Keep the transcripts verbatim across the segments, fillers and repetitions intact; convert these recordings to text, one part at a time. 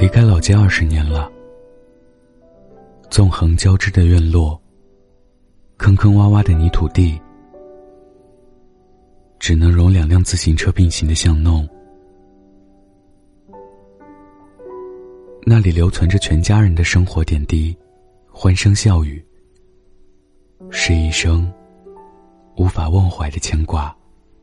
离开老家二十年了，纵横交织的院落，坑坑洼洼的泥土地，只能容两辆自行车并行的巷弄。那里留存着全家人的生活点滴，欢声笑语，是一生无法忘怀的牵挂。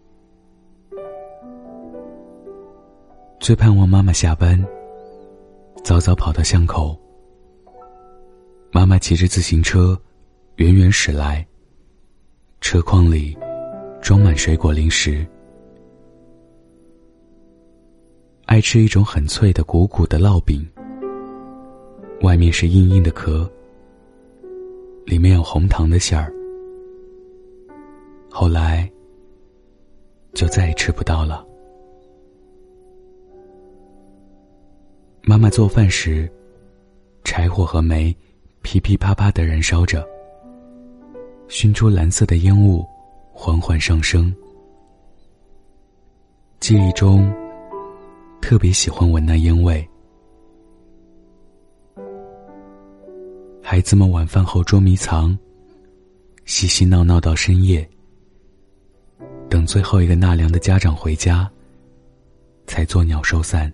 最盼望妈妈下班早早跑到巷口，妈妈骑着自行车远远驶来，车筐里装满水果零食。爱吃一种很脆的鼓鼓的烙饼，外面是硬硬的壳，里面有红糖的馅儿。后来就再也吃不到了。妈妈做饭时，柴火和煤噼噼啪啪地燃烧着，熏出蓝色的烟雾缓缓上升。记忆中特别喜欢闻那烟味。孩子们晚饭后捉迷藏，嬉嬉闹闹到深夜，等最后一个纳凉的家长回家，才作鸟兽散。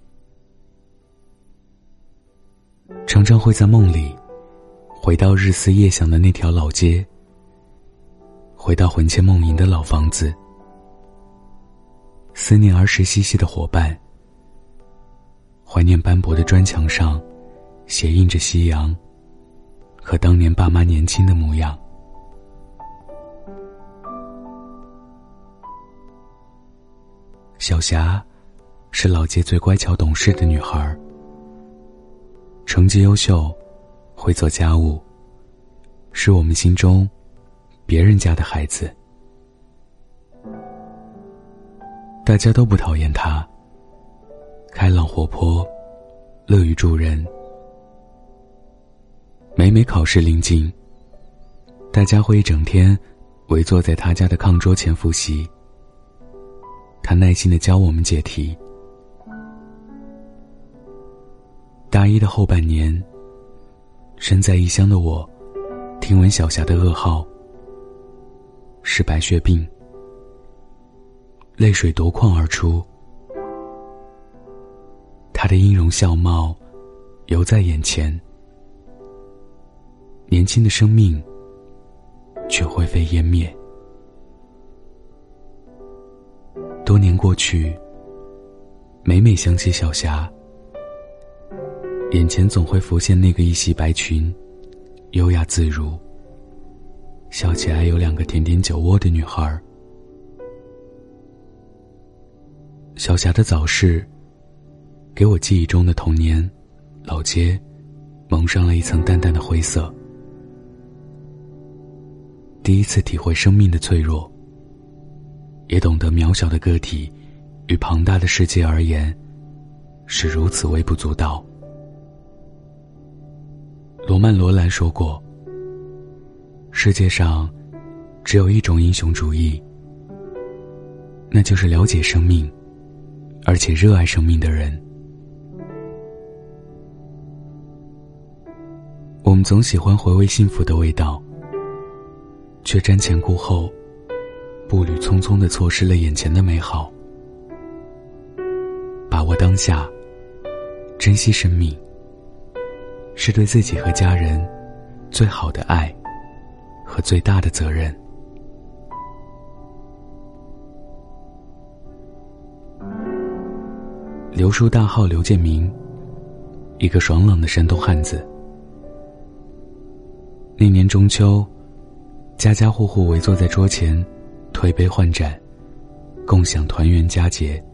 常常会在梦里回到日思夜想的那条老街，回到魂牵梦萦的老房子，思念儿时嬉戏的伙伴，怀念斑驳的砖墙上斜映着夕阳和当年爸妈年轻的模样。小霞是老街最乖巧懂事的女孩，成绩优秀，会做家务，是我们心中别人家的孩子。大家都不讨厌她，开朗活泼，乐于助人。每每考试临近，大家会一整天围坐在她家的炕桌前复习，她耐心地教我们解题。大一的后半年，身在异乡的我听闻小霞的噩耗，是白血病，泪水夺眶而出。她的音容笑貌犹在眼前，年轻的生命却灰飞烟灭。多年过去，每每想起小霞，眼前总会浮现那个一袭白裙，优雅自如，笑起来有两个甜甜酒窝的女孩。小霞的早逝，给我记忆中的童年老街蒙上了一层淡淡的灰色。第一次体会生命的脆弱，也懂得渺小的个体与庞大的世界而言是如此微不足道。罗曼·罗兰说过，世界上只有一种英雄主义，那就是了解生命而且热爱生命的人。我们总喜欢回味幸福的味道，却瞻前顾后，步履匆匆地错失了眼前的美好。把握当下，珍惜生命，是对自己和家人最好的爱和最大的责任。刘叔大号刘建明，一个爽朗的山东汉子。那年中秋，家家户户围坐在桌前，推杯换盏，共享团圆佳节。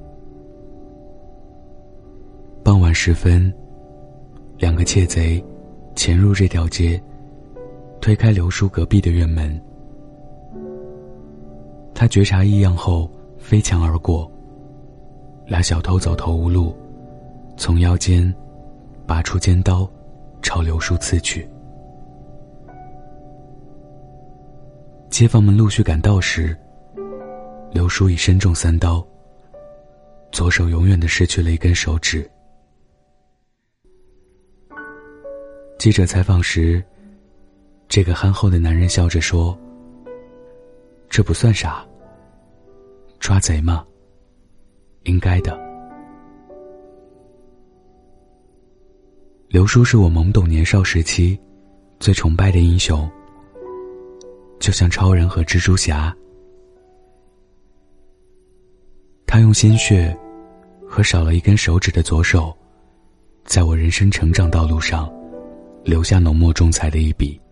傍晚时分，两个窃贼潜入这条街，推开刘叔隔壁的院门。他觉察异样后飞墙而过，俩小偷走投无路，从腰间拔出尖刀朝刘叔刺去。街坊们陆续赶到时，刘叔已身中三刀，左手永远地失去了一根手指。 记者采访时，这个憨厚的男人笑着说：“这不算啥，抓贼嘛，应该的。”刘叔是我懵懂年少时期最崇拜的英雄，就像超人和蜘蛛侠。他用鲜血和少了一根手指的左手，在我人生成长道路上留下浓墨重彩的一笔。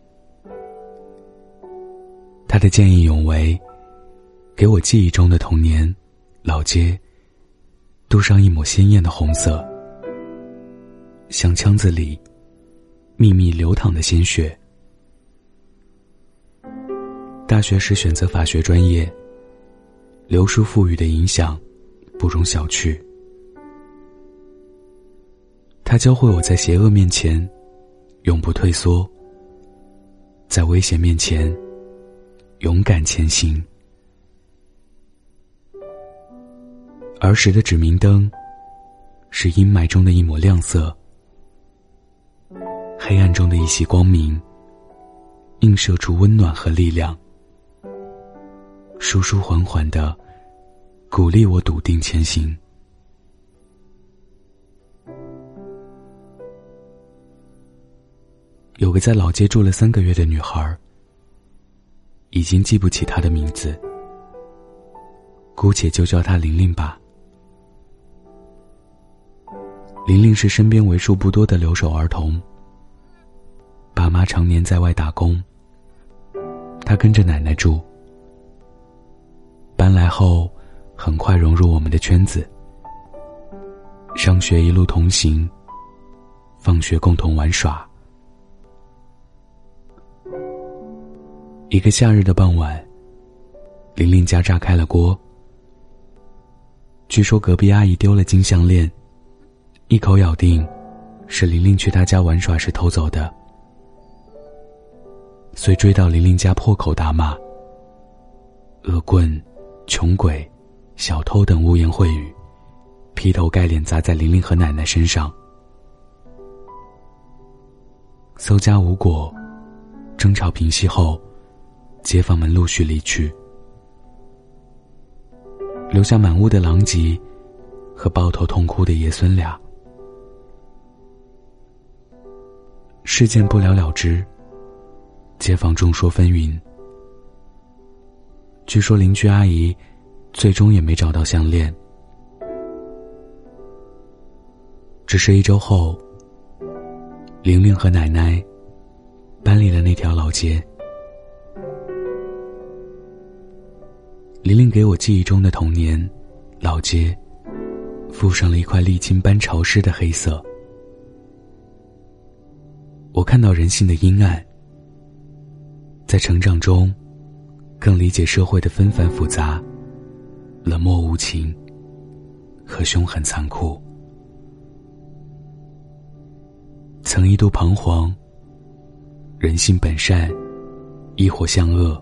他的见义勇为给我记忆中的童年老街镀上一抹鲜艳的红色，像腔子里秘密流淌的鲜血。大学时选择法学专业，刘叔赋予的影响不容小觑。他教会我在邪恶面前永不退缩，在危险面前勇敢前行。儿时的指明灯是阴霾中的一抹亮色，黑暗中的一袭光明映射出温暖和力量，舒舒缓缓地鼓励我笃定前行。有个在老街住了三个月的女孩，已经记不起她的名字，姑且就叫她玲玲吧。玲玲是身边为数不多的留守儿童，爸妈常年在外打工，她跟着奶奶住。搬来后很快融入我们的圈子，上学一路同行，放学共同玩耍。一个夏日的傍晚，玲玲家炸开了锅。据说隔壁阿姨丢了金项链，一口咬定是玲玲去她家玩耍时偷走的，遂追到玲玲家破口大骂，恶棍、穷鬼、小偷等污言秽语劈头盖脸砸在玲玲和奶奶身上。搜家无果，争吵平息后，街坊们陆续离去，留下满屋的狼藉和抱头痛哭的爷孙俩。事件不了了之，街坊众说纷纭。据说邻居阿姨最终也没找到项链。只是一周后，玲玲和奶奶搬离了那条老街。玲玲给我记忆中的童年老街附上了一块沥青般潮湿的黑色。我看到人性的阴暗，在成长中更理解社会的纷繁复杂、冷漠无情和凶狠残酷。曾一度彷徨，人性本善，一火向恶，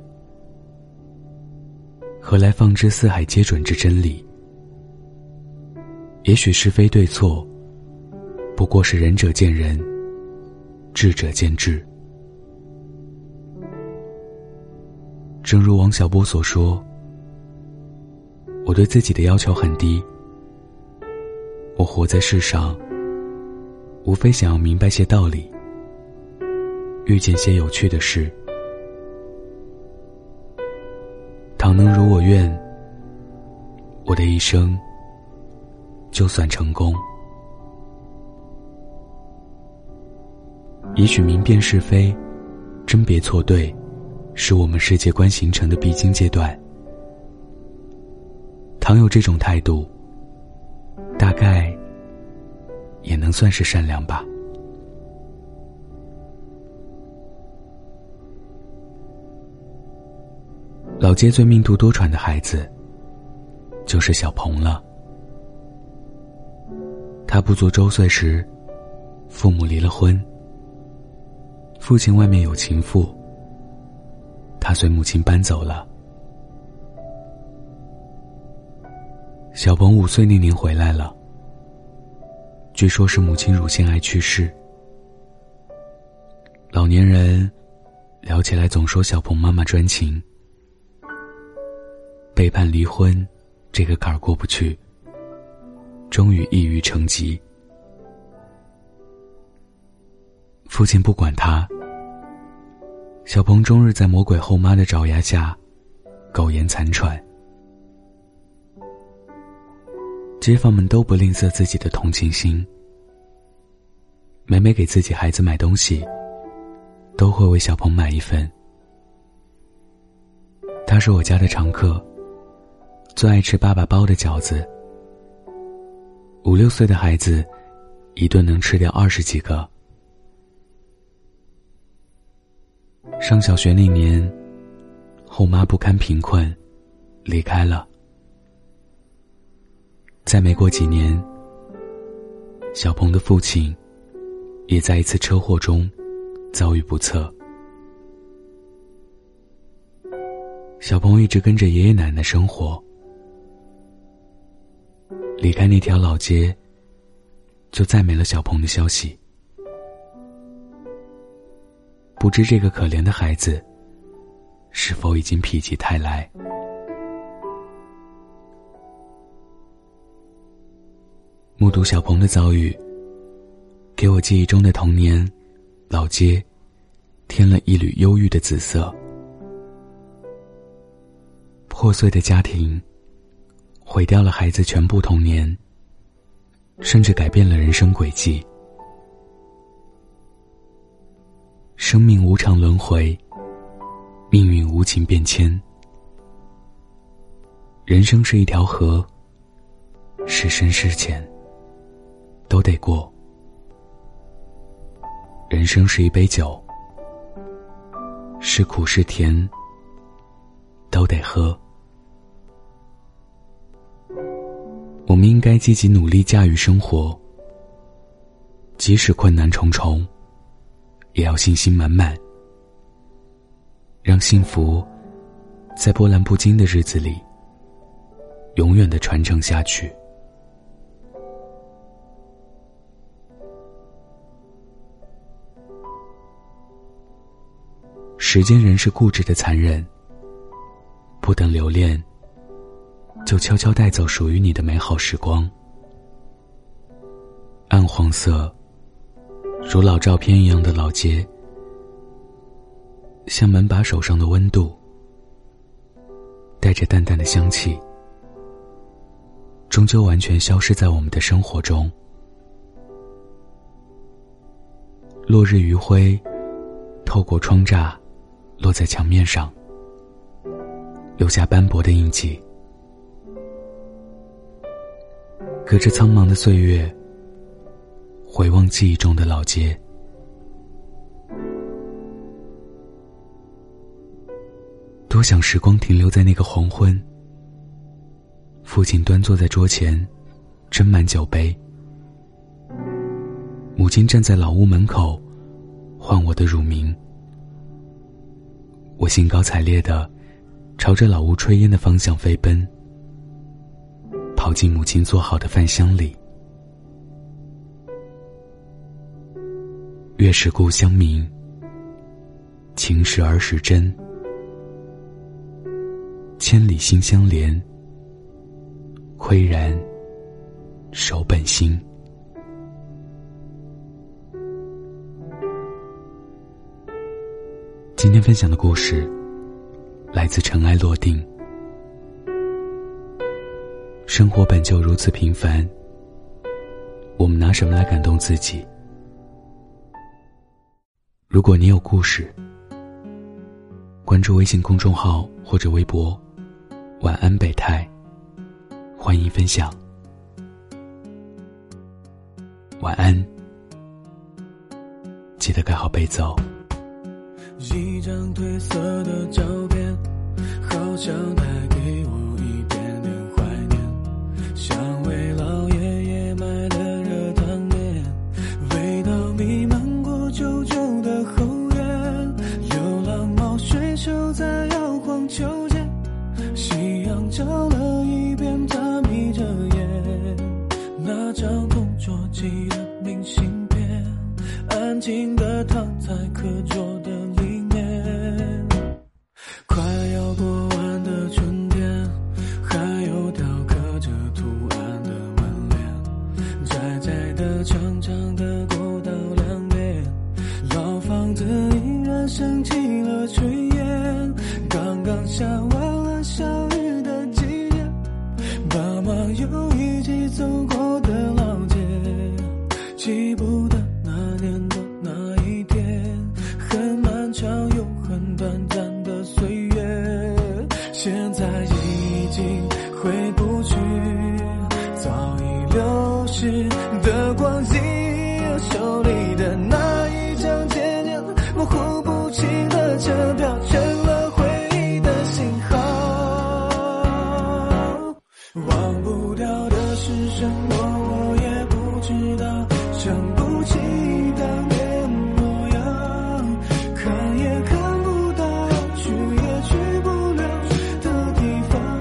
何来放之四海皆准之真理？也许是非对错，不过是仁者见仁，智者见智。正如王小波所说，我对自己的要求很低，我活在世上，无非想要明白些道理，遇见些有趣的事。倘能如我愿，我的一生就算成功。也许明辨是非，甄别错对，是我们世界观形成的必经阶段。倘有这种态度，大概也能算是善良吧。老街最命途多舛的孩子就是小鹏了。他不足周岁时，父母离了婚，父亲外面有情妇，他随母亲搬走了。小鹏五岁那年回来了，据说是母亲乳腺癌去世。 老年人聊起来总说小鹏妈妈专情，背叛离婚这个坎儿过不去，终于抑郁成疾。父亲不管他，小鹏终日在魔鬼后妈的爪牙下苟延残喘。街坊们都不吝啬自己的同情心，每每给自己孩子买东西，都会为小鹏买一份。他是我家的常客，最爱吃爸爸包的饺子。五六岁的孩子一顿能吃掉二十几个。上小学那年，后妈不堪贫困，离开了。再没过几年，小鹏的父亲也在一次车祸中遭遇不测。小鹏一直跟着爷爷奶奶生活，离开那条老街，就再没了小鹏的消息。不知这个可怜的孩子是否已经否极泰来。目睹小鹏的遭遇，给我记忆中的童年老街添了一缕忧郁的紫色。破碎的家庭毁掉了孩子全部童年，甚至改变了人生轨迹。生命无常轮回，命运无情变迁。人生是一条河，是深是浅都得过。人生是一杯酒，是苦是甜都得喝。我们应该积极努力驾驭生活，即使困难重重，也要信心满满，让幸福在波澜不惊的日子里永远地传承下去。时间人是固执的残忍，不等留恋，就悄悄带走属于你的美好时光。暗黄色如老照片一样的老街，像门把手上的温度，带着淡淡的香气，终究完全消失在我们的生活中。落日余晖透过窗栅落在墙面上，留下斑驳的印记。隔着苍茫的岁月，回望记忆中的老街，多想时光停留在那个黄昏，父亲端坐在桌前斟满酒杯，母亲站在老屋门口唤我的乳名。我兴高采烈地朝着老屋炊烟的方向飞奔，跑进母亲做好的饭箱里。月是故乡明，情是儿时真，千里心相连，岿然守本心。今天分享的故事来自尘埃落定。生活本就如此平凡，我们拿什么来感动自己？如果你有故事，关注微信公众号或者微博晚安北泰，欢迎分享。晚安，记得盖好被子哦。 一张褪色的照片，好像带给我一点点怀念，像为老爷爷买的热汤面，味道弥漫过旧旧的后院，流浪猫睡熟在摇晃秋千，夕阳照了一遍，它眯着眼，那张同桌寄的明信片，安静地躺在课桌长长的过道两边，老房子依然升起了炊烟，刚刚下完了小雨的季节，爸妈又一起走过的老街，记不得那年的那一天，很漫长又很短暂的岁月，现在已经回不去早已流逝的光阴，手里的那一张渐渐模糊不清的车票，成了回忆的信号。忘不掉的是什么我也不知道，想不起当年模样，看也看不到，去也去不了的地方。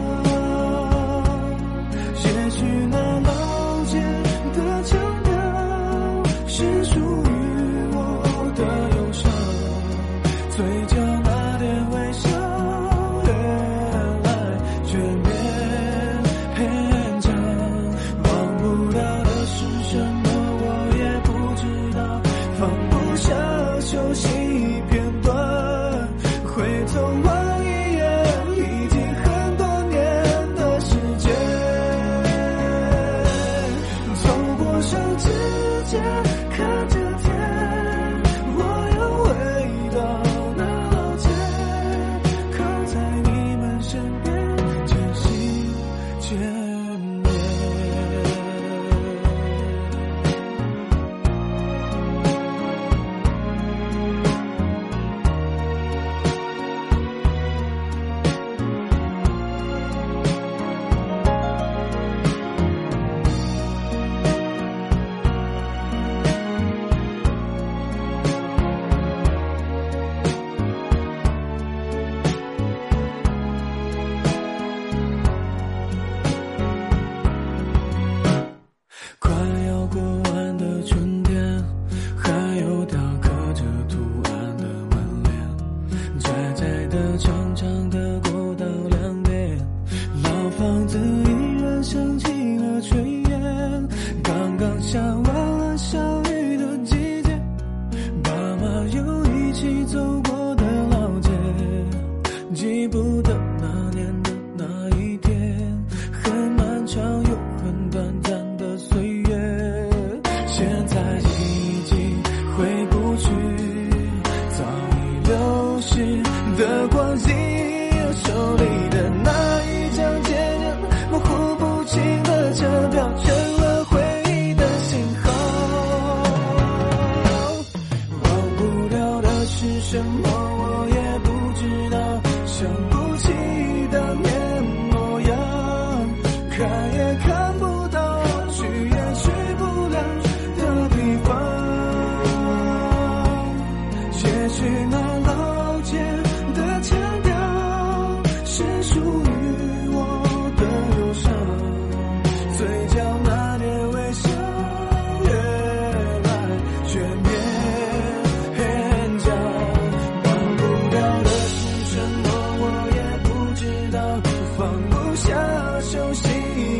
也许那老街的腔调是属于我的忧伤，嘴角那点微笑越来越勉强，忘不了的是什么我也不知道，放不下熟悉片段，回头望一眼已经很多年的时间，走过上指尖看着天，我又回到那老街，靠在你们身边渐行渐远。快要过完的春天，还有条刻着图案的门帘，窄窄的长长的过道两边，老房子依然升起了炊烟，刚刚下完了小雨的季节，爸妈又一起走过的老街，记不得那年的那一天，很漫长又很短暂的岁月，现在已经回不去早已流逝的光阴，手里的那一张渐渐模糊不清的车票，成了回忆的信号。忘不了的是什么我也不知道，想不起当年模样，看也看不到，去也去不了的地方。也许那老街的腔调是属于我的忧伤，嘴角那点微笑越来越勉强，忘不了的是什么我也不知道，放不下熟悉